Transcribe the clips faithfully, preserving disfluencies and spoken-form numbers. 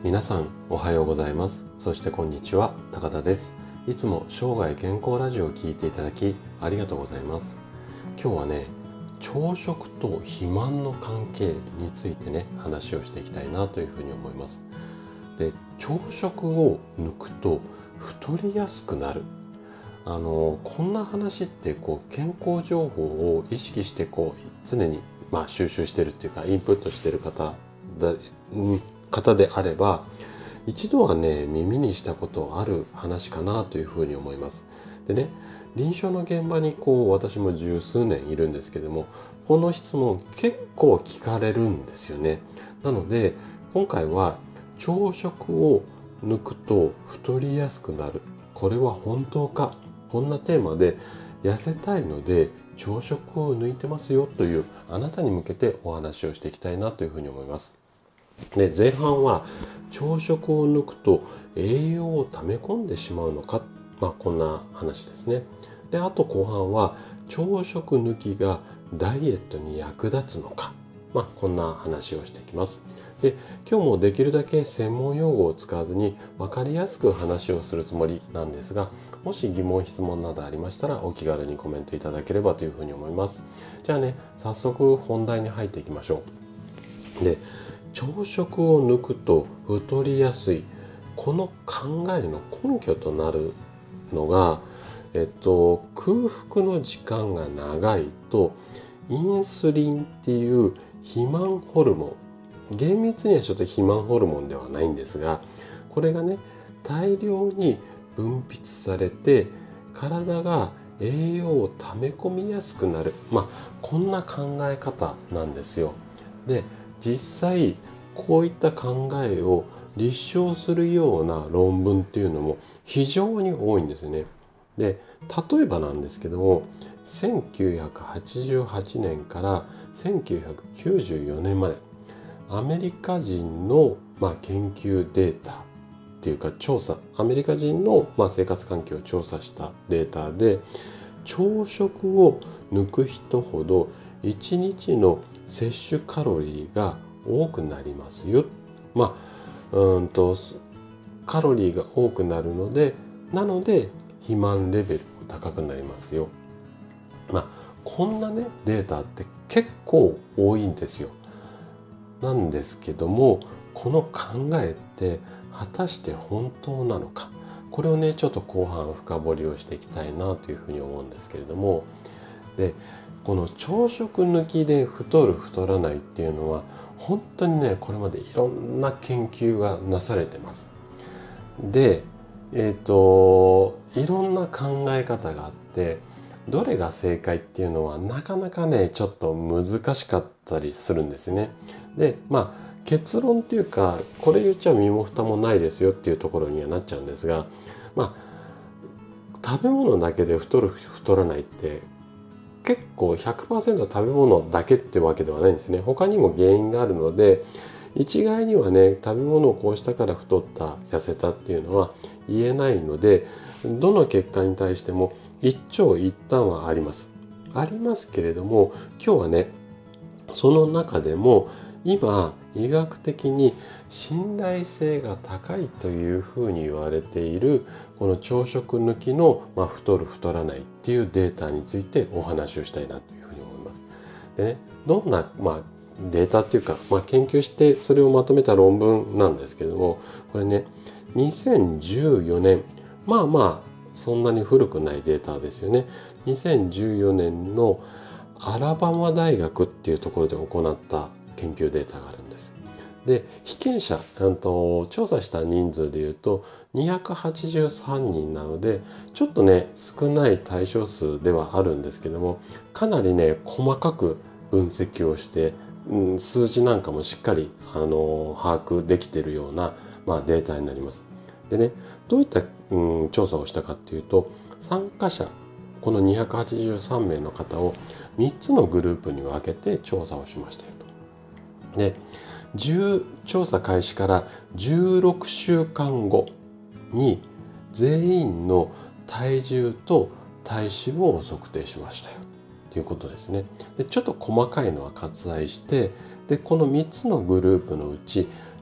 皆さんおはようございます。そしてこんにちは、高田です。いつも生涯健康ラジオを聞いていただきありがとうございます。今日はね、朝食と肥満の関係についてね、話をしていきたいなというふうに思います。で、朝食を抜くと太りやすくなる。あのこんな話ってこう健康情報を意識してこう常にまあ収集してるっていうかインプットしてる方だ、うん方であれば一度はね耳にしたことある話かなというふうに思います。でね、臨床の現場にこう私も十数年いるんですけども、この質問結構聞かれるんですよね。なので今回は朝食を抜くと太りやすくなる、これは本当か、こんなテーマで痩せたいので朝食を抜いてますよというあなたに向けてお話をしていきたいなというふうに思います。で、前半は朝食を抜くと栄養を溜め込んでしまうのか、まあこんな話ですね。で、あと後半は朝食抜きがダイエットに役立つのか、まあこんな話をしていきます。で、今日もできるだけ専門用語を使わずに分かりやすく話をするつもりなんですが、もし疑問質問などありましたらお気軽にコメントいただければというふうに思います。じゃあね、早速本題に入っていきましょう。で、朝食を抜くと太りやすい、この考えの根拠となるのが、えっと、空腹の時間が長いとインスリンっていう肥満ホルモン、厳密にはちょっと肥満ホルモンではないんですが、これがね大量に分泌されて体が栄養を溜め込みやすくなる、まあこんな考え方なんですよ。で、実際こういった考えを立証するような論文っていうのも非常に多いんですよね。で、例えばなんですけども、せんきゅうひゃくはちじゅうはちねんからせんきゅうひゃくきゅうじゅうよねんまでアメリカ人の、まあ、研究データっていうか調査、アメリカ人の、まあ、生活環境を調査したデータで、朝食を抜く人ほどいちにちの摂取カロリーが多くなりますよ。まあ、うんとカロリーが多くなるので、なので肥満レベルも高くなりますよ。まあ、こんなねデータって結構多いんですよ。なんですけども、この考えって果たして本当なのか、これをねちょっと後半深掘りをしていきたいなというふうに思うんですけれども、で、この朝食抜きで太る太らないっていうのは本当にねこれまでいろんな研究がなされてます。で、えっといろんな考え方があって、どれが正解っていうのはなかなかねちょっと難しかったりするんですね。で、まあ結論っていうか、これ言っちゃ身も蓋もないですよっていうところにはなっちゃうんですが、まあ食べ物だけで太る太らないって結構 ひゃくパーセント 食べ物だけってわけではないんですね。他にも原因があるので、一概にはね食べ物をこうしたから太った痩せたっていうのは言えないので、どの結果に対しても一長一短はありますありますけれども、今日はねその中でも今医学的に信頼性が高いというふうに言われているこの朝食抜きの、まあ、太る太らないっていうデータについてお話をしたいなというふうに思います。でね、どんな、まあ、データっていうか、まあ、研究してそれをまとめた論文なんですけれども、これねにせんじゅうよねん、まあまあそんなに古くないデータですよね。にせんじゅうよねんのアラバマ大学っていうところで行った研究データがあるんです。で、被験者、うんと、調査した人数でいうとにひゃくはちじゅうさんにんなので、ちょっとね少ない対象数ではあるんですけども、かなりね細かく分析をして、うん、数字なんかもしっかりあの把握できているような、まあ、データになります。でね、どういった、うん、調査をしたかっていうと、参加者、このにひゃくはちじゅうさんめいの方をみっつのグループに分けて調査をしましたよと。で、調査開始からじゅうろくしゅうかんごに全員の体重と体脂肪を測定しましたよということですね。で、ちょっと細かいのは割愛して、でこのみっつのグループのうち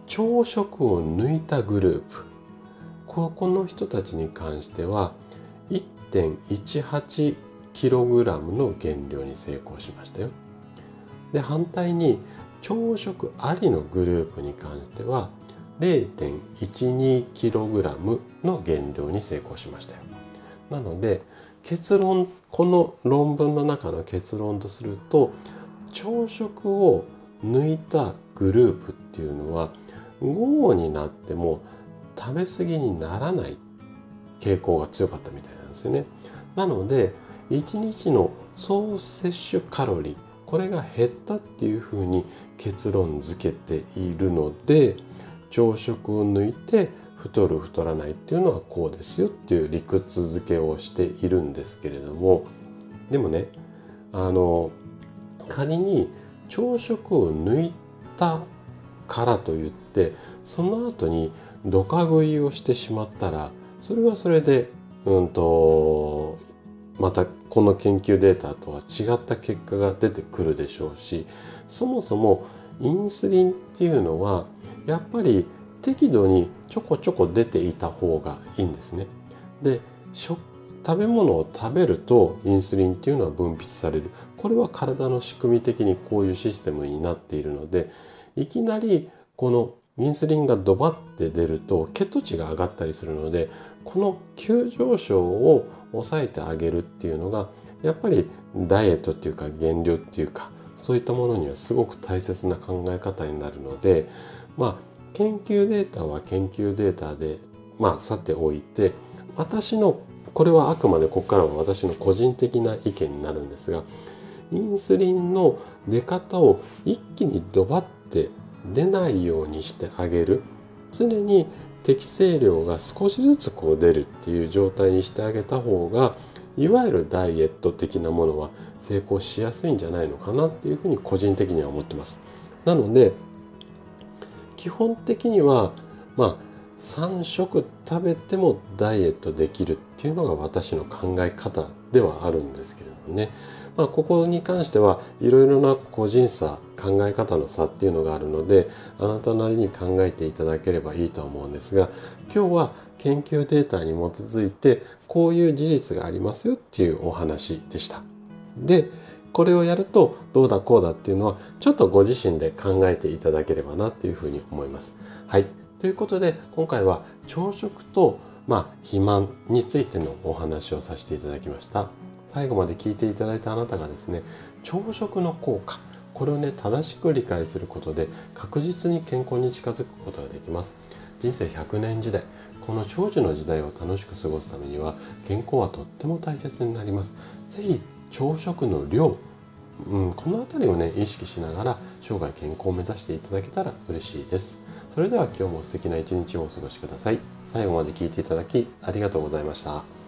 朝食を抜いたグループ、ここの人たちに関しては いってんいちはちキログラム の減量に成功しましたよ。で、反対に朝食ありのグループに関しては れいてんいちにキログラム の減量に成功しましたよ。なので結論、この論文の中の結論とすると、朝食を抜いたグループっていうのは午後になっても食べ過ぎにならない傾向が強かったみたいなんですよね。なのでいちにちの総摂取カロリー、これが減ったっていうふうに結論付けているので、朝食を抜いて太る太らないっていうのはこうですよっていう理屈付けをしているんですけれども、でもね、あの仮に朝食を抜いたからといってその後にドカ食いをしてしまったら、それはそれでうんとまたこの研究データとは違った結果が出てくるでしょうし、そもそもインスリンっていうのはやっぱり適度にちょこちょこ出ていた方がいいんですね。で、食べ物を食べるとインスリンっていうのは分泌される。これは体の仕組み的にこういうシステムになっているので、いきなりこのインスリンがドバッて出ると血糖値が上がったりするので、この急上昇を抑えてあげるっていうのがやっぱりダイエットっていうか減量っていうか、そういったものにはすごく大切な考え方になるので、まあ研究データは研究データでまあさておいて、私のこれはあくまでここからは私の個人的な意見になるんですが、インスリンの出方を一気にドバッて出ないようにしてあげる、常に適正量が少しずつこう出るっていう状態にしてあげた方が、いわゆるダイエット的なものは成功しやすいんじゃないのかなっていうふうに個人的には思ってます。なので基本的にはまあさん食食べてもダイエットできるっていうのが私の考え方ではあるんですけれどもね。まあここに関してはいろいろな個人差、考え方の差っていうのがあるので、あなたなりに考えていただければいいと思うんですが、今日は研究データに基づいてこういう事実がありますよっていうお話でした。で、これをやるとどうだこうだっていうのはちょっとご自身で考えていただければなっていうふうに思います。はい。ということで今回は朝食とまあ肥満についてのお話をさせていただきました。最後まで聞いていただいたあなたがですね、朝食の効果、これをね正しく理解することで確実に健康に近づくことができます。人生ひゃくねん時代、この長寿の時代を楽しく過ごすためには健康はとっても大切になります。ぜひ朝食の量、うん、このあたりをね意識しながら生涯健康を目指していただけたら嬉しいです。それでは今日も素敵な一日をお過ごしください。最後まで聞いていただきありがとうございました。